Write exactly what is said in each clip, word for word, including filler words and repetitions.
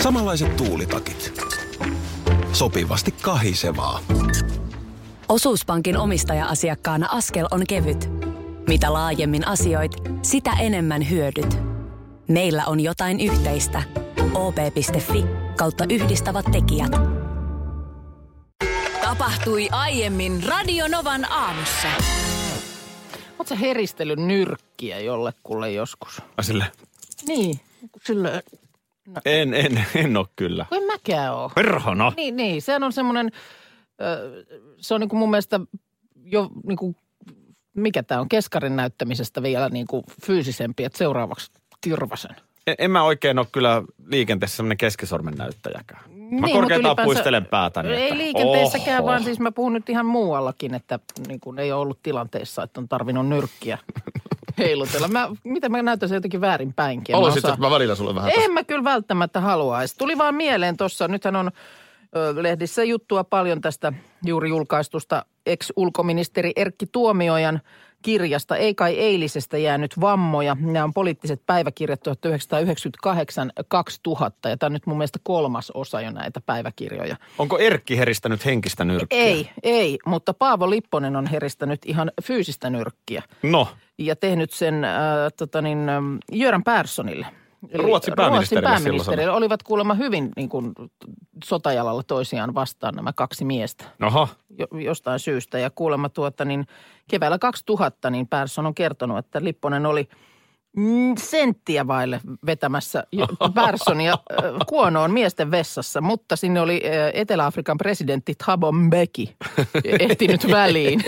Samanlaiset tuulitakit. Sopivasti kahisevaa. Osuuspankin omistaja-asiakkaana askel on kevyt. Mitä laajemmin asioit, sitä enemmän hyödyt. Meillä on jotain yhteistä. o p piste f i kautta yhdistävät tekijät. Tapahtui aiemmin Radio Novan aamussa. Oletko sä heristellyt nyrkkiä jollekulle joskus? Ai sille? Niin, sille. No. En, en, en ole kyllä. Kun en mäkään ole. Perhana. Niin, niin, sehän on semmoinen, se on niin kuin mun mielestä jo niin kuin, mikä tämä on, keskarin näyttämisestä vielä niin kuin fyysisempi, että seuraavaksi tirvasen. En, en mä oikein ole kyllä liikenteessä semmoinen keskisormen näyttäjäkään. Mä niin, korkeintaan puistelen päätäni. Ei että liikenteessäkään, oho. vaan siis mä puhun nyt ihan muuallakin, että niin kuin ei ole ollut tilanteessa, että on tarvinnut nyrkkiä heilutella. Mä, mitä mä näytän se jotenkin väärinpäinkin. Haluaisitko, että mä välillä sulle vähän En mä kyllä välttämättä haluaisi. Tuli vaan mieleen tuossa, nythän on ö, lehdissä juttua paljon tästä juuri julkaistusta ex-ulkoministeri Erkki Tuomiojan kirjasta Ei kai eilisestä jäänyt vammoja. Nämä on poliittiset päiväkirjat tuhatyhdeksänsataayhdeksänkymmentäkahdeksan kaksituhatta ja tämä on nyt mun mielestä kolmas osa jo näitä päiväkirjoja. Onko Erkki heristänyt henkistä nyrkkiä? Ei, ei, mutta Paavo Lipponen on heristänyt ihan fyysistä nyrkkiä. No. Ja tehnyt sen äh, tota niin, äh, Göran Perssonille. Eli Ruotsin pääministerille, Ruotsin pääministerille olivat kuulemma hyvin niin kuin, sotajalalla toisiaan vastaan nämä kaksi miestä. Oho. Jo, jostain syystä. Ja kuulemma tuota niin keväällä kaksituhatta niin Persson on kertonut, että Lipponen oli mm, senttiä vaille vetämässä Perssonia äh, kuonoon miesten vessassa. Mutta sinne oli äh, Etelä-Afrikan presidentti Thabo Mbeki ehtinyt väliin.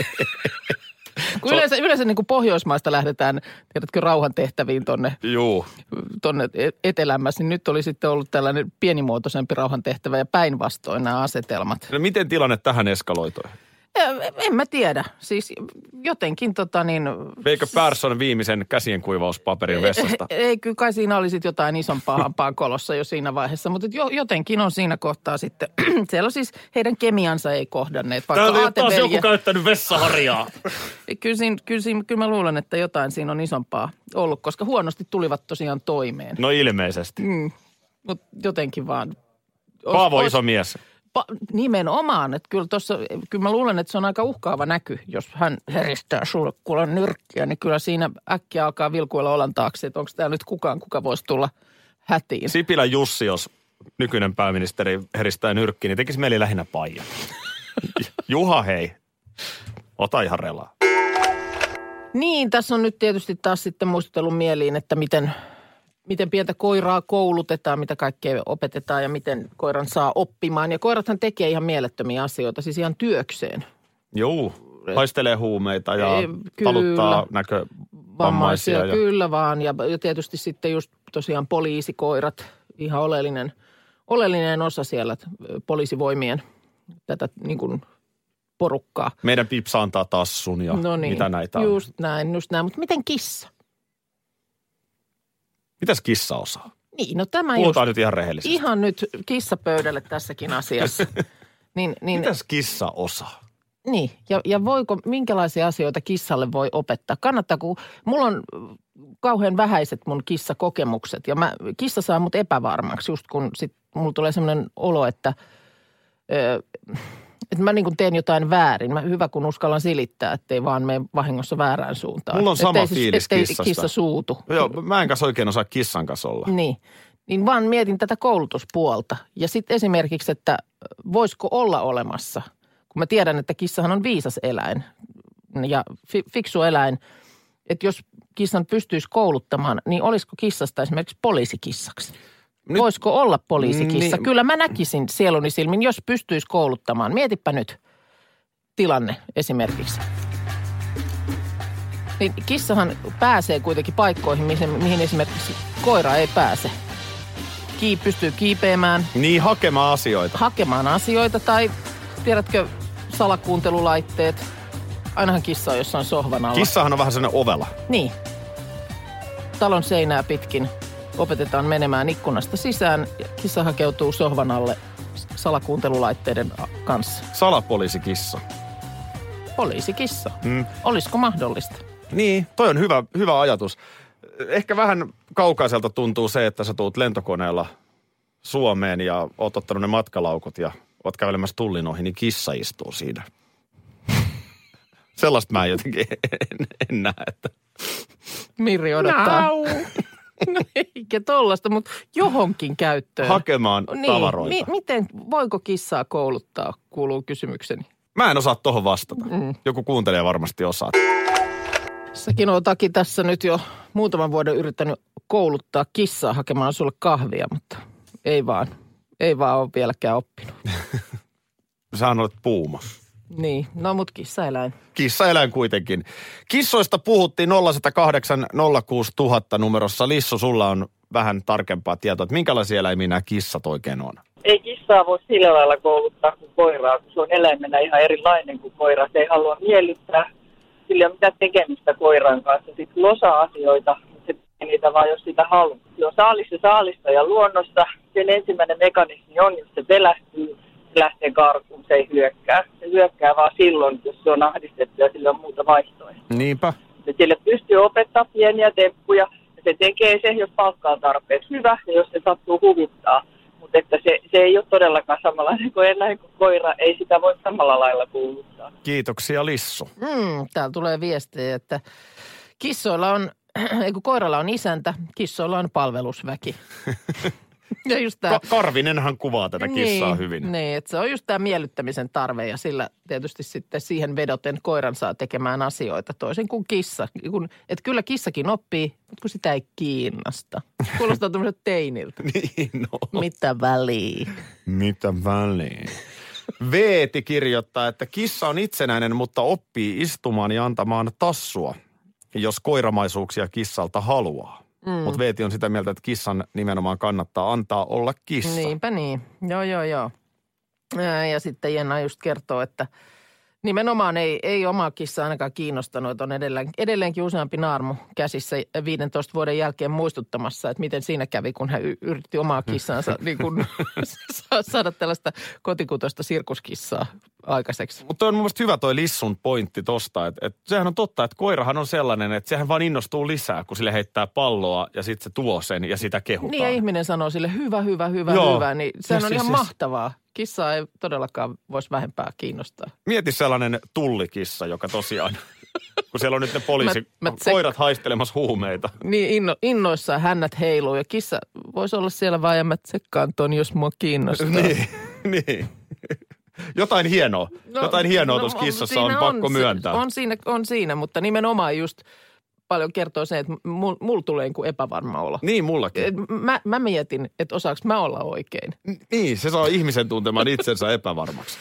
Kun yleensä, yleensä niin kuin Pohjoismaista lähdetään, tiedätkö, rauhantehtäviin tonne, tonne etelämmässä, niin nyt oli sitten ollut tällainen pienimuotoisempi rauhantehtävä ja päinvastoin nämä asetelmat. No miten tilanne tähän eskaloitui? En mä tiedä. Siis jotenkin tota niin... Veikö Persson viimeisen käsien kuivauspaperin vessasta? Ei, ei kyllä kai siinä oli sitten jotain isompaa hampaan kolossa jo siinä vaiheessa, mutta jo, jotenkin on siinä kohtaa sitten, siellä siis heidän kemiansa ei kohdanneet. Täällä on taas joku käyttänyt vessaharjaa. kyllä, siinä, kyllä, siinä, kyllä mä luulen, että jotain siinä on isompaa ollut, koska huonosti tulivat tosiaan toimeen. No ilmeisesti. Mm, mutta jotenkin vaan. Paavo on iso mies. Pa- nimenomaan, että kyllä tuossa, kyllä mä luulen, että se on aika uhkaava näky, jos hän heristää sulle kuulla nyrkkiä, niin kyllä siinä äkkiä alkaa vilkuilla olan taakse, että onko täällä nyt kukaan, kuka voisi tulla hätiin. Sipilän Jussi, jos nykyinen pääministeri heristää nyrkkiä, niin tekisi mieli lähinnä paija. Juha, hei, ota ihan relaa. Niin, tässä on nyt tietysti taas sitten muistutellut mieliin, että miten... Miten pientä koiraa koulutetaan, mitä kaikkea opetetaan ja miten koiran saa oppimaan. Ja koirathan tekee ihan mielettömiä asioita, siis ihan työkseen. Joo, haistelee huumeita ja e, taluttaa näkövammaisia. Ja... Kyllä vaan, ja tietysti sitten just tosiaan poliisikoirat, ihan oleellinen, oleellinen osa siellä poliisivoimien tätä niin kuin porukkaa. Meidän Pipsa antaa tassun ja no niin, mitä näitä on. Just näin, just näin, mutta miten kissa? Mitäs kissa osaa? Niin, no tämä Puhutaan just, nyt ihan rehellisesti. Ihan nyt kissapöydälle tässäkin asiassa. niin, niin, Mitäs kissa osaa? Niin, ja, ja voiko, minkälaisia asioita kissalle voi opettaa? Kannattaako, mulla on kauhean vähäiset mun kissakokemukset ja mä, kissa saa mut epävarmaksi just kun sit mulla tulee semmoinen olo, että... Öö, että mä niin kuin teen jotain väärin. Mä hyvä, kun uskallan silittää, ettei vaan mene vahingossa väärään suuntaan. Mulla on sama ettei, fiilis ettei kissasta. Kissa suutu. Joo, mä en kanssa oikein osaa kissan kanssa olla. Niin, niin vaan mietin tätä koulutuspuolta. Ja sitten esimerkiksi, että voisiko olla olemassa, kun mä tiedän, että kissahan on viisas eläin ja fi, fiksu eläin, että jos kissan pystyisi kouluttamaan, niin olisiko kissasta esimerkiksi poliisikissaksi? Nyt, voisiko olla poliisikissa? Niin, kyllä mä näkisin sieluni silmin, jos pystyisi kouluttamaan. Mietipä nyt tilanne esimerkiksi. Niin kissahan pääsee kuitenkin paikkoihin, mihin, mihin esimerkiksi koira ei pääse. Kii pystyy kiipeämään. Niin, hakemaan asioita. Hakemaan asioita tai tiedätkö salakuuntelulaitteet. Ainahan kissa on jossain sohvan alla. Kissahan on vähän sellainen ovela. Niin. Talon seinää pitkin. Opetetaan menemään ikkunasta sisään. Kissa hakeutuu sohvan alle salakuuntelulaitteiden kanssa. Salapoliisikissa. Poliisikissa. Mm. Olisiko mahdollista? Niin, toi on hyvä, hyvä ajatus. Ehkä vähän kaukaiselta tuntuu se, että sä tuut lentokoneella Suomeen ja oot ottanut ne matkalaukut ja oot kävelemässä tullin ohi, niin kissa istuu siinä. Sellaista mä jotenkin en, en näe, että... Mirri odottaa. No. Eikä tollasta, mutta johonkin käyttöön. Hakemaan niin, tavaroita. Mi- miten, voiko kissaa kouluttaa, kuuluu kysymykseni. Mä en osaa tohon vastata. Mm. Joku kuuntelija varmasti osaa. Säkin oot Aki tässä nyt jo muutaman vuoden yrittänyt kouluttaa kissaa hakemaan sulle kahvia, mutta ei vaan, ei vaan ole vieläkään oppinut. Sähän olet puuma. Niin, no mut kissaeläin. Kissaeläin kuitenkin. Kissoista puhuttiin nolla yksi nolla kahdeksan nolla kuusi nolla nolla nolla numerossa. Lissu, sulla on vähän tarkempaa tietoa, että minkälaisia eläimiä nämä kissat oikein on? Ei kissaa voi sillä lailla kouluttaa kuin koiraa, kun se on eläimenä ihan erilainen kuin koira. Se ei halua miellyttää, sillä ei ole mitään tekemistä koiran kanssa. Sitten losaa asioita, mutta se tekee niitä vaan, jos sitä haluaa. Se on saalis ja saalista ja luonnossa. Sen ensimmäinen mekanismi on, jos se pelästyy, se lähtee karkuun, se ei hyökkää. Se hyökkää vaan silloin, jos se on ahdistettu ja sillä on muuta vaihtoehtoa. Niinpä. Se sille pystyy opettamaan pieniä temppuja ja se tekee se, jos palkka on tarpeeksi hyvä ja jos se sattuu huvittaa. Mutta että se, se ei ole todellakaan samanlainen kuin eläin kuin koira. Ei sitä voi samalla lailla kuuluttaa. Kiitoksia, Lissu. Mm, täällä tulee viestejä, että kissoilla on, ei kun koiralla on isäntä, kissoilla on palvelusväki. Ja just tää, Ka- Karvinenhan kuvaa tätä kissaa niin, hyvin. Niin, että se on just tämä miellyttämisen tarve ja sillä tietysti sitten siihen vedoten koiran saa tekemään asioita toisin kuin kissa. Kun, että kyllä kissakin oppii, mutta kun sitä ei kiinnosta. Kuulostaa tämmöiseltä teiniltä. Niin no. Mitä väliä? Mitä väliä? Veeti kirjoittaa, että kissa on itsenäinen, mutta oppii istumaan ja antamaan tassua, jos koiramaisuuksia kissalta haluaa. Mm. Mutta Veeti on sitä mieltä, että kissan nimenomaan kannattaa antaa olla kissa. Niinpä niin. Joo, joo, joo. Ja sitten Jenna just kertoo, että nimenomaan ei, ei omaa kissaa ainakaan kiinnostanut, että on edelleen, edelleenkin useampi naarmu käsissä viidentoista vuoden jälkeen muistuttamassa, että miten siinä kävi, kun hän y- yritti omaa kissansa niin kun saada tällaista kotikutoista sirkuskissaa aikaiseksi. Mutta on mun mielestä hyvä toi Lissun pointti tosta, että et sehän on totta, että koirahan on sellainen, että sehän vaan innostuu lisää, kun sille heittää palloa ja sitten se tuo sen ja sitä kehutaan. Niin ja ihminen sanoo sille hyvä, hyvä, hyvä, Joo. hyvä, niin sehän Ja on siis, ihan siis. mahtavaa. Kissaa ei todellakaan voisi vähempää kiinnostaa. Mieti sellainen tullikissa, joka tosiaan, kun siellä on nyt ne poliisi, Mä- mä tsek- koirat haistelemassa huumeita. Niin inno, innoissaan hännät heiluu ja kissa voisi olla siellä vaan ja mä tsekkaan ton, jos mua kiinnostaa. Niin, niin. Jotain hienoa. No, Jotain hienoa no, tuossa kissassa on, on pakko myöntää. On siinä, on siinä, mutta nimenomaan just paljon kertoo se, että mulla mul tulee niin kuin epävarma olo. Niin, mullakin. Et Mä, mä mietin, että osaako mä olla oikein. Niin, se saa ihmisen tuntemaan itsensä epävarmaksi.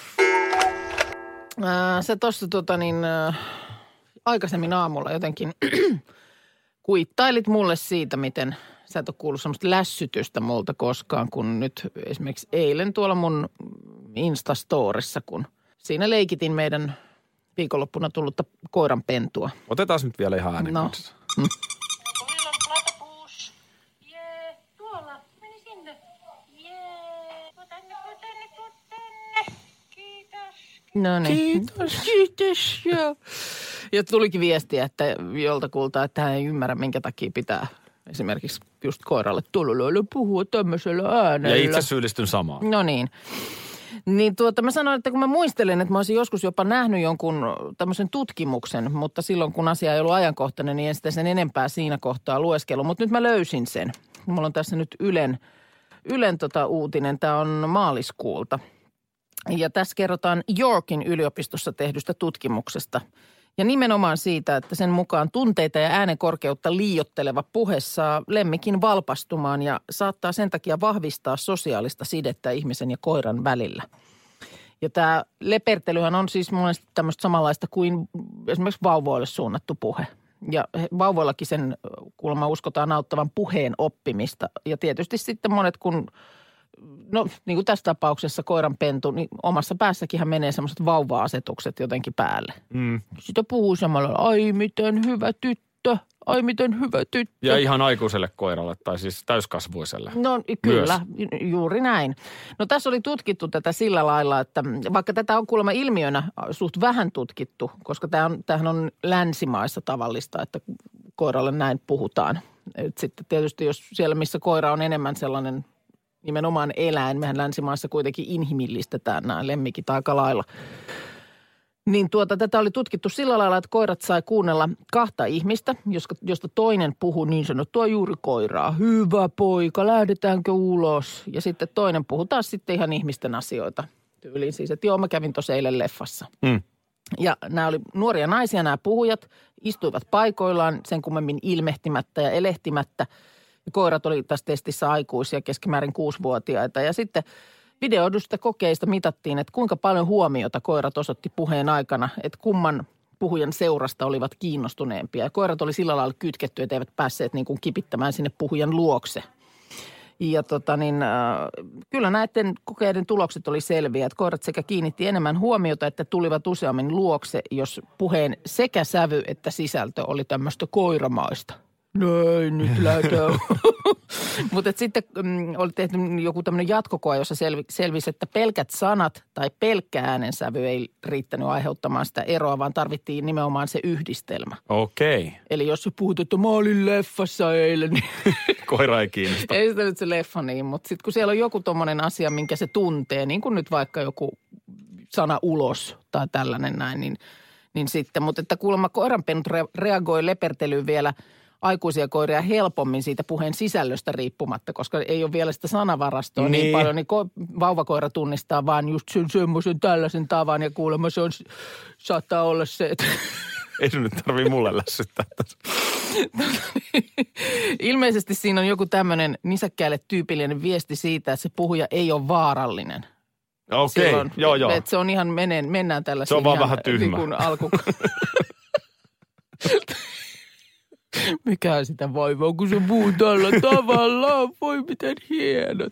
Ää, se tuossa tota niin, ää, aikaisemmin aamulla jotenkin kuittailit mulle siitä, miten sä et ole kuullut semmoista lässytystä multa koskaan, kun nyt esimerkiksi eilen tuolla mun Instastorissa, kun siinä leikitin meidän viikonloppuna tullutta koiranpentua. Otetaan nyt vielä ihan äänen No. kanssa. Meillä on platapuus. Jee, tuolla. Meni sinne. Jee. Tuu tänne, tuu tänne, tuu tänne. Kiitos. No niin. Kiitos. Kiitos, joo. Ja tulikin viestiä, että joltakulta, että hän ei ymmärrä, minkä takia pitää esimerkiksi just koiralle tulla puhua tämmöisellä äänellä. Ja itse syyllistyn samaan. No niin. Niin tuota, mä sanoin, että kun mä muistelen, että mä olisin joskus jopa nähnyt jonkun tämmöisen tutkimuksen, mutta silloin kun asia ei ollut ajankohtainen, niin en sitä sen enempää siinä kohtaa lueskellut. Mutta nyt mä löysin sen. Mulla on tässä nyt Ylen, Ylen tota uutinen. Tämä on maaliskuulta. Ja tässä kerrotaan Yorkin yliopistossa tehdystä tutkimuksesta. Ja nimenomaan siitä, että sen mukaan tunteita ja äänen korkeutta liiotteleva puhe saa lemmikin valpastumaan ja saattaa sen takia vahvistaa sosiaalista sidettä ihmisen ja koiran välillä. Ja tämä lepertelyhän on siis monesti tämmöistä samanlaista kuin esimerkiksi vauvoille suunnattu puhe. Ja vauvoillakin sen kuulemma uskotaan auttavan puheen oppimista. Ja tietysti sitten monet, kun no niin kuin tässä tapauksessa koiranpentu, niin omassa päässäkin menee semmoiset vauva-asetukset jotenkin päälle. Mm. Sitä puhuu samalla, ai miten hyvä tyttö, ai miten hyvä tyttö. Ja ihan aikuiselle koiralle tai siis täyskasvuiselle. No kyllä, ju- juuri näin. No tässä oli tutkittu tätä sillä lailla, että vaikka tätä on kuulemma ilmiönä suht vähän tutkittu, koska tämä on, tämähän on länsimaissa tavallista, että koiralle näin puhutaan. Et sitten tietysti jos siellä, missä koira on enemmän sellainen nimenomaan eläin. Mehän länsimaissa kuitenkin inhimillistetään nämä lemmikit aika lailla. Niin tuota, tätä oli tutkittu sillä lailla, että koirat sai kuunnella kahta ihmistä, josta toinen puhui niin sanottua juuri koiraa. Hyvä poika, lähdetäänkö ulos? Ja sitten toinen puhui taas sitten ihan ihmisten asioita. Tyyliin siis, että joo, mä kävin tuossa eilen leffassa. Mm. Ja nämä oli nuoria naisia, nämä puhujat, istuivat paikoillaan sen kummemmin ilmehtimättä ja elehtimättä. Ja koirat oli tässä testissä aikuisia, keskimäärin kuusivuotiaita. Ja sitten videoidusta kokeista mitattiin, että kuinka paljon huomiota koirat osoitti puheen aikana, että kumman puhujan seurasta olivat kiinnostuneempia. Ja koirat oli sillä lailla kytketty, että eivät päässeet niin kuin kipittämään sinne puhujan luokse. Ja tota niin, äh, kyllä näiden kokeiden tulokset oli selviä, että koirat sekä kiinnitti enemmän huomiota, että tulivat useammin luokse, jos puheen sekä sävy että sisältö oli tämmöistä koiramaista. Näin, nyt lähdetään. Mutta sitten mm, oli tehty joku tämmöinen jatkokoe, jossa selvi, selvisi, että pelkät sanat tai pelkkä äänensävy ei riittänyt aiheuttamaan sitä eroa, vaan tarvittiin nimenomaan se yhdistelmä. Okei. Okay. Eli jos sä puhut, että mä olin leffassa eilen, niin koira ei kiinnosta. Ei sitä nyt se leffa niin, mutta sitten kun siellä on joku tommonen asia, minkä se tuntee, niin kuin nyt vaikka joku sana ulos tai tällainen näin, niin, niin sitten. Mutta että kuulemma koiranpennut re- reagoi lepertelyyn vielä aikuisia koiria helpommin siitä puheen sisällöstä riippumatta, koska ei ole vielä sitä sanavarastoa niin, niin paljon, niin ko- vauvakoira tunnistaa vaan just sen semmoisen tällaisen tavan ja kuulemma se on, saattaa olla se, että ei se nyt tarvitse mulle lässyttää tässä. Ilmeisesti siinä on joku tämmöinen nisäkkäälle tyypillinen viesti siitä, että se puhuja ei ole vaarallinen. Okei, okay, joo joo. Että se on ihan, menen, mennään tällaisiin. Se on vaan ihan, vähän tyhmä. Niin alku... Mikä sitä vaivaa, kun se puhuu tällä tavalla. Voi miten hienot.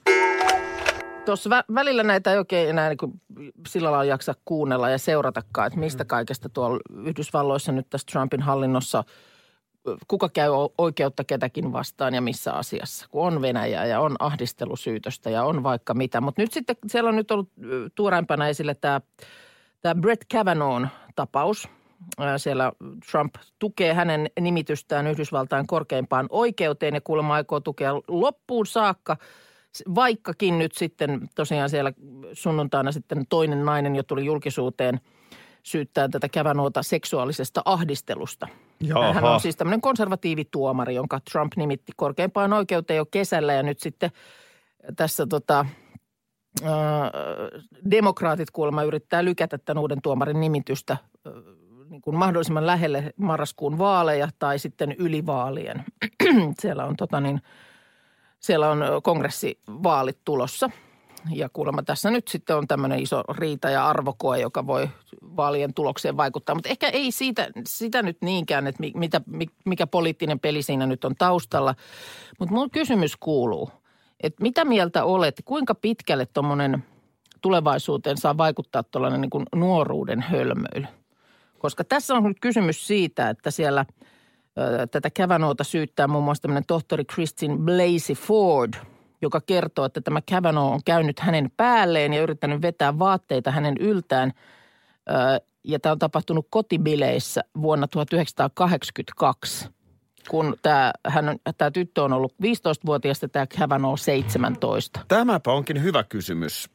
Tuossa vä- välillä näitä ei oikein enää niin kuin sillä lailla jaksa kuunnella ja seuratakaan, että mistä kaikesta tuolla Yhdysvalloissa nyt tässä Trumpin hallinnossa, kuka käy oikeutta ketäkin vastaan ja missä asiassa. Kun on Venäjää ja on ahdistelusyytöstä ja on vaikka mitä. Mutta nyt sitten siellä on nyt ollut tuoreimpana esille tämä, tämä Brett Kavanaghin tapaus. Siellä Trump tukee hänen nimitystään Yhdysvaltain korkeimpaan oikeuteen ja kuulemma aikoo tukea loppuun saakka, vaikkakin nyt sitten tosiaan siellä sunnuntaina sitten toinen nainen jo tuli julkisuuteen syyttää tätä Kavanaghta seksuaalisesta ahdistelusta. Jaha. Hän on siis tämmöinen konservatiivituomari, jonka Trump nimitti korkeimpaan oikeuteen jo kesällä ja nyt sitten tässä tota, äh, demokraatit kuulemma yrittää lykätä tämän uuden tuomarin nimitystä äh, niin kuin mahdollisimman lähelle marraskuun vaaleja tai sitten yli vaalien. Siellä on, tota niin, siellä on kongressivaalit tulossa ja kuulemma tässä nyt sitten on tämmöinen iso riita ja arvokoe, joka voi vaalien tulokseen vaikuttaa. Mutta ehkä ei siitä, sitä nyt niinkään, että mitä, mikä poliittinen peli siinä nyt on taustalla. Mutta mun kysymys kuuluu, että mitä mieltä olet, kuinka pitkälle tuommoinen tulevaisuuteen saa vaikuttaa tuollainen niin kuin nuoruuden hölmöily? Koska tässä on nyt kysymys siitä, että siellä ö, tätä Kavanaghta syyttää muun muassa tämmöinen tohtori Christine Blasey Ford, joka kertoo, että tämä Kavanaugh on käynyt hänen päälleen ja yrittänyt vetää vaatteita hänen yltään. Ö, ja tämä on tapahtunut kotibileissä vuonna tuhatyhdeksänsataakahdeksankymmentäkaksi, kun tämä, hän on, tämä tyttö on ollut viisitoistavuotias ja tämä Kavanaugh seitsemäntoista. Tämäpä onkin hyvä kysymys.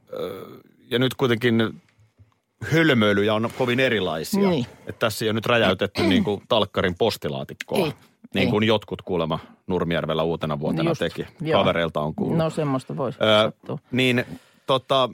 Ja nyt kuitenkin hölmöilyjä on kovin erilaisia. Niin. Että tässä ei ole nyt räjäytetty niin kuin talkkarin postilaatikkoa. Ei. Niin kuin ei. Jotkut kuulemma Nurmijärvellä uutena vuotena Just, teki. Joo. Kavereilta on kuullut. No semmoista voisi öö, Niin tota,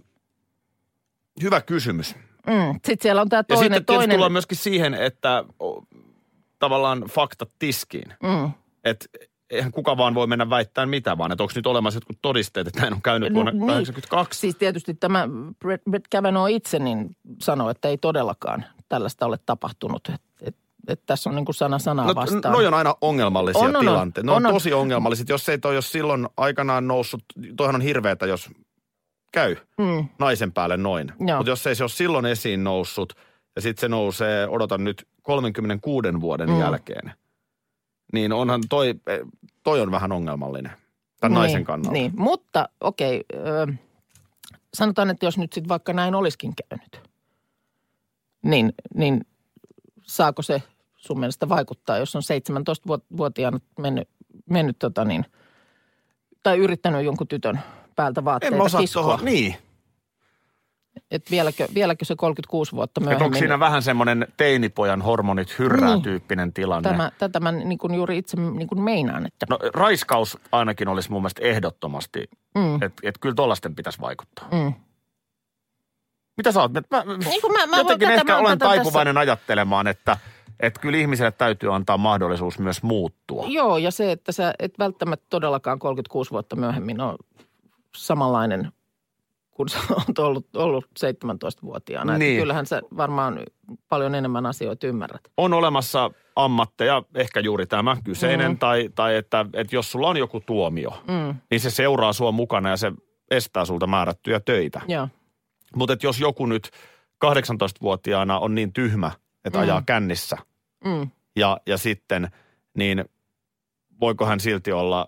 hyvä kysymys. Mm. Sitten siellä on tämä toinen. Ja sitten tietysti toinen... tullaan myöskin siihen, että o, tavallaan faktat tiskiin. Mm. Että eihän kuka vaan voi mennä väittämään mitä vaan. Että onko nyt olemassa jotkut todisteet, että näin on käynyt vuonna niin. tuhatyhdeksänsataakahdeksankymmentäkaksi. Siis tietysti tämä Brett, Brett Kavanaugh itse niin sanoo, että ei todellakaan tällaista ole tapahtunut. Että et, et tässä on niin kuin sana sanaa no, vastaan. Noi on aina ongelmallisia on, on, tilanteita. Ne on, on tosi ongelmalliset. Jos ei toi jos silloin aikanaan noussut, toihan on hirveätä, jos käy mm. naisen päälle noin. Mutta jos ei se ole silloin esiin noussut ja sitten se nousee, odotan nyt kolmenkymmenenkuuden vuoden mm. jälkeen, niin onhan toi, toi on vähän ongelmallinen tämän niin, naisen kannalta. Niin, mutta okei, okay, sanotaan, että jos nyt sitten vaikka näin olisikin käynyt, niin, niin saako se sun mielestä vaikuttaa, jos on seitsemäntoistavuotiaana mennyt, mennyt tota niin, tai yrittänyt jonkun tytön päältä En vaatteita mä osaa kiskoa. tuohon. Niin. Et vieläkö, vieläkö se kolmekymmentäkuusi vuotta Et myöhemmin. onko siinä vähän semmoinen teinipojan hormonit hyrrää Niin. tyyppinen tilanne? Tämä, tätä mä niin kuin juuri itse niin kuin meinaan, että No raiskaus ainakin olisi mun mielestä ehdottomasti, mm, että et kyllä tollaisten pitäisi vaikuttaa. mm. Mitä sä oot? Mä, Niin kuin mä, mä jotenkin tätä, ehkä mä olen tätä taipuvainen ajattelemaan, että et kyllä ihmiselle täytyy antaa mahdollisuus myös muuttua. Joo, ja se, että sä et välttämättä todellakaan kolmekymmentäkuusi vuotta myöhemmin ole samanlainen kun sä oot ollut, ollut seitsemäntoistavuotiaana. Niin. Että kyllähän sä varmaan paljon enemmän asioita ymmärrät. On olemassa ammatteja, ehkä juuri tämä kyseinen, Mm. tai, tai että, että jos sulla on joku tuomio, Mm. niin se seuraa sua mukana ja se estää sulta määrättyjä töitä. Joo. Mutta jos joku nyt kahdeksantoistavuotiaana on niin tyhmä, että Mm. ajaa kännissä Mm. ja, ja sitten, niin voiko hän silti olla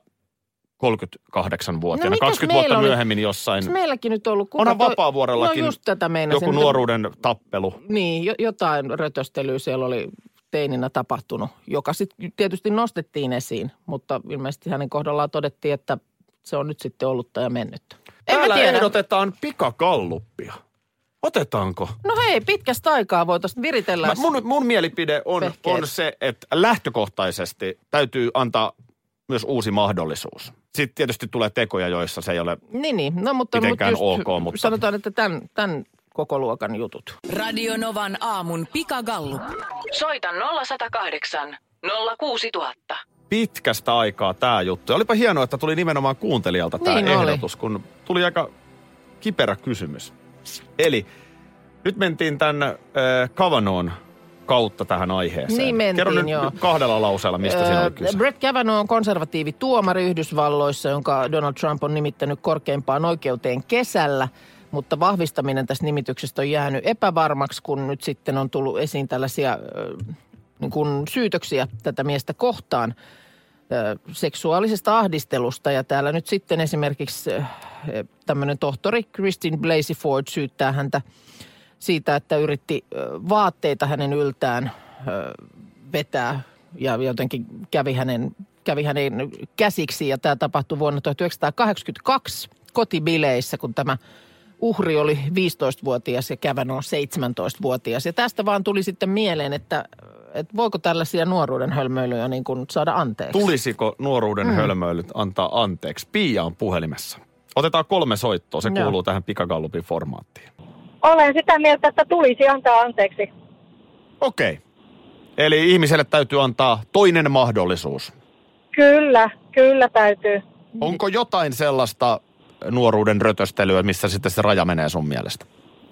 kolmekymmentäkahdeksanvuotiaana, No mikäs kaksikymmentä vuotta meillä oli- myöhemmin jossain. Onko meilläkin nyt ollut... kuka Onhan toi- vapaavuorellakin No just tätä meinasin. joku Nyt- nuoruuden tappelu. Niin, jo, jotain rötöstelyä siellä oli teininä tapahtunut, joka sitten tietysti nostettiin esiin, mutta ilmeisesti hänen kohdallaan todettiin, että se on nyt sitten ollutta ja mennyttä. En mä Täällä tiedä. ehdotetaan pikakalluppia. Otetaanko? No hei, pitkästä aikaa voitaisiin viritellä. Mä, mun, mun mielipide on, Vehkeet. on se, että lähtökohtaisesti täytyy antaa myös uusi mahdollisuus. Sitten tietysti tulee tekoja, joissa se ei ole... Niin, niin. No, mutta, Mitenkään mutta just, ok, mutta- sanotaan, että tämän, tämän koko luokan jutut. Radio Novan aamun pikagallup. Soita nolla yksi nolla kahdeksan nolla kuusi nolla nolla nolla. Pitkästä aikaa tämä juttu. Ja olipa hienoa, että tuli nimenomaan kuuntelijalta tämä Niin oli. ehdotus, kun tuli aika kiperä kysymys. Eli nyt mentiin tämän äh, Kavanaughin kautta tähän aiheeseen. Niin mentiin, Kerro nyt joo. kahdella lauseella, mistä siinä oli kyse. Brett Kavanaugh on konservatiivi tuomari Yhdysvalloissa, jonka Donald Trump on nimittänyt korkeimpaan oikeuteen kesällä. Mutta vahvistaminen tästä nimityksestä on jäänyt epävarmaksi, kun nyt sitten on tullut esiin tällaisia äh, niin kuin syytöksiä tätä miestä kohtaan äh, seksuaalisesta ahdistelusta. Ja täällä nyt sitten esimerkiksi äh, tämmöinen tohtori Christine Blasey Ford syyttää häntä siitä, että yritti äh, vaatteita hänen yltään äh, vetää ja jotenkin kävi hänen, kävi hänen käsiksi. Ja tämä tapahtui vuonna tuhatyhdeksänsataakahdeksankymmentäkaksi kotibileissä, kun tämä uhri oli viisitoistavuotias ja Kavanaugh seitsemäntoistavuotias. Ja tästä vaan tuli sitten mieleen, että, että voiko tällaisia nuoruuden hölmöilyjä niin kuin saada anteeksi. Tulisiko nuoruuden mm. hölmöilyt antaa anteeksi? Pia on puhelimessa. Otetaan kolme soittoa, se Joo. kuuluu tähän pikagallupin formaattiin. Olen sitä mieltä, että tulisi antaa anteeksi. Okei. Eli ihmiselle täytyy antaa toinen mahdollisuus. Kyllä, kyllä täytyy. Onko jotain sellaista nuoruuden rötöstelyä, missä sitten se raja menee sun mielestä?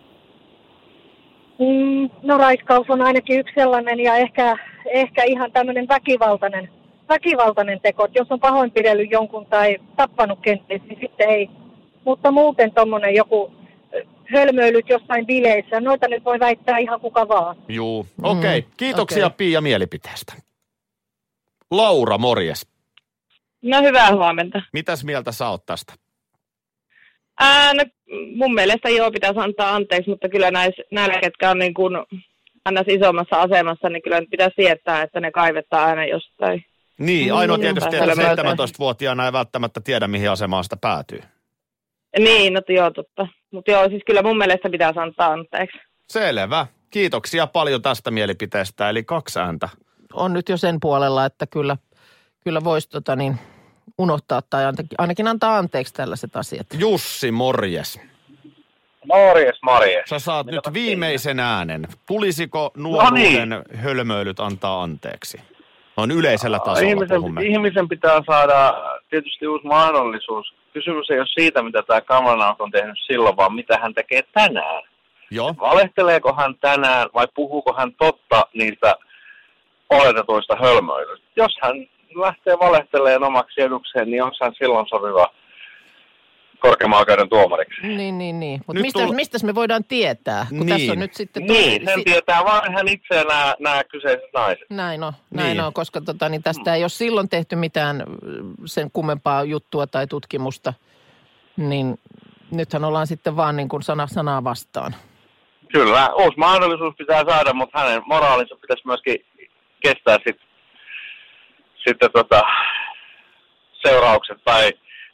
Mm, no raiskaus on ainakin yksi sellainen ja ehkä, ehkä ihan tämmöinen väkivaltainen, väkivaltainen teko. Et jos on pahoinpidellyt jonkun tai tappanut kenties, niin sitten ei. Mutta muuten tommonen joku ö, hölmöilyt jossain bileissä, noita nyt voi väittää ihan kuka vaan. Juu. Okei. Okay. Mm, Kiitoksia okei. Pia mielipiteestä. Laura, morjes. No hyvää huomenta. Mitäs mieltä sä oot tästä? Ää, no, mun mielestä joo pitäisi antaa anteeksi, mutta kyllä näis, näillä, ketkä on niin kuin aina isommassa asemassa, niin kyllä nyt pitäisi sietää, että ne kaivettaa aina jostain. Niin, ainoa Mm, tietysti, että hölmöiltä. seitsemäntoistavuotiaana ei välttämättä tiedä, mihin asemaan sitä päätyy. Niin, no joo, totta. Mutta joo, siis kyllä mun mielestä pitäisi antaa anteeksi. Selvä. Kiitoksia paljon tästä mielipiteestä, eli kaksi ääntä. On nyt jo sen puolella, että kyllä, kyllä voisi tota niin, unohtaa tai ainakin, ainakin antaa anteeksi tällaiset asiat. Jussi, morjes. Morjes, morjes. Sä saat Mitä nyt viimeisen äänen. Tulisiko No nuoruuden hölmöilyt antaa anteeksi? On yleisellä tasolla ihmisen, puhumme. ihmisen pitää saada tietysti uusi mahdollisuus. Kysymys ei ole siitä, mitä tämä Kavanaugh on tehnyt silloin, vaan mitä hän tekee tänään. Joo. Valehteleeko hän tänään vai puhuuko hän totta niistä oletetuista hölmöilyistä? Jos hän lähtee valehtelemaan omaksi edukseen, niin onko hän silloin sopiva korkeimman oikeuden tuomariksi? Niin, niin, niin. Mutta Nyt mistä, tulla- mistä me voidaan tietää? Kun Niin. tässä on nyt sitten... toi- Niin, sen si- tietää vain hän itse ja nämä, nämä kyseiset naiset. Näin on, näin Niin. on, koska tota, niin tästä ei ole silloin tehty mitään sen kummempaa juttua tai tutkimusta, niin nythän ollaan sitten vaan niin kuin sana sanaa vastaan. Kyllä, uusi mahdollisuus pitää saada, mutta hänen moraalinsa pitäisi myöskin kestää sit, sitten tota, seuraukset tai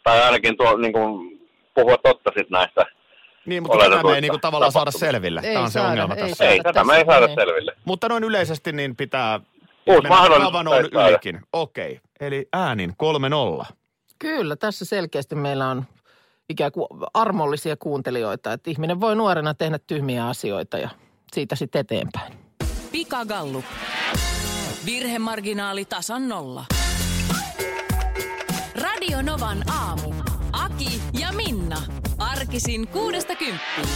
tai ainakin tuo, niin kuin, puhua totta sit näistä. Niin, mutta tätä me ei niin kuin tavallaan saada selville. Ei Tämä on se saada, ongelma ei tässä. Ei, tätä me ei saada selville. Mutta noin yleisesti niin pitää Uusi mahdollisuus Kavanoon saada. ylikin. Okei, eli äänin kolme nolla. Kyllä, tässä selkeästi meillä on ikään kuin armollisia kuuntelijoita, että ihminen voi nuorena tehdä tyhmiä asioita ja siitä sitten eteenpäin. Pikagallup. Virhemarginaali tasan nolla. Radio Novan aamu. Aki ja Minna. Arkisin kuudesta kymppiin.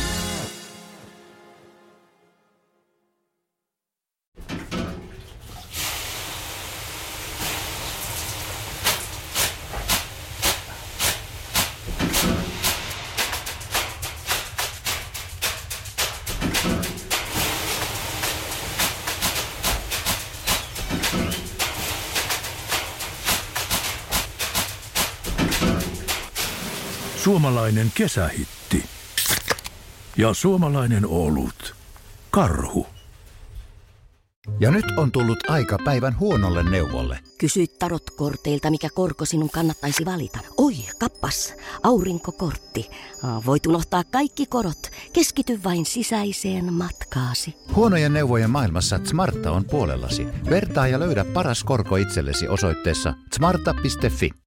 Suomalainen kesähitti. Ja suomalainen olut. Karhu. Ja nyt on tullut aika päivän huonolle neuvolle. Kysy tarotkorteilta, mikä korko sinun kannattaisi valita. Oi, kappas, aurinkokortti. Voit unohtaa kaikki korot. Keskity vain sisäiseen matkaasi. Huonojen neuvojen maailmassa Smarta on puolellasi. Vertaa ja löydä paras korko itsellesi osoitteessa smarta piste fi.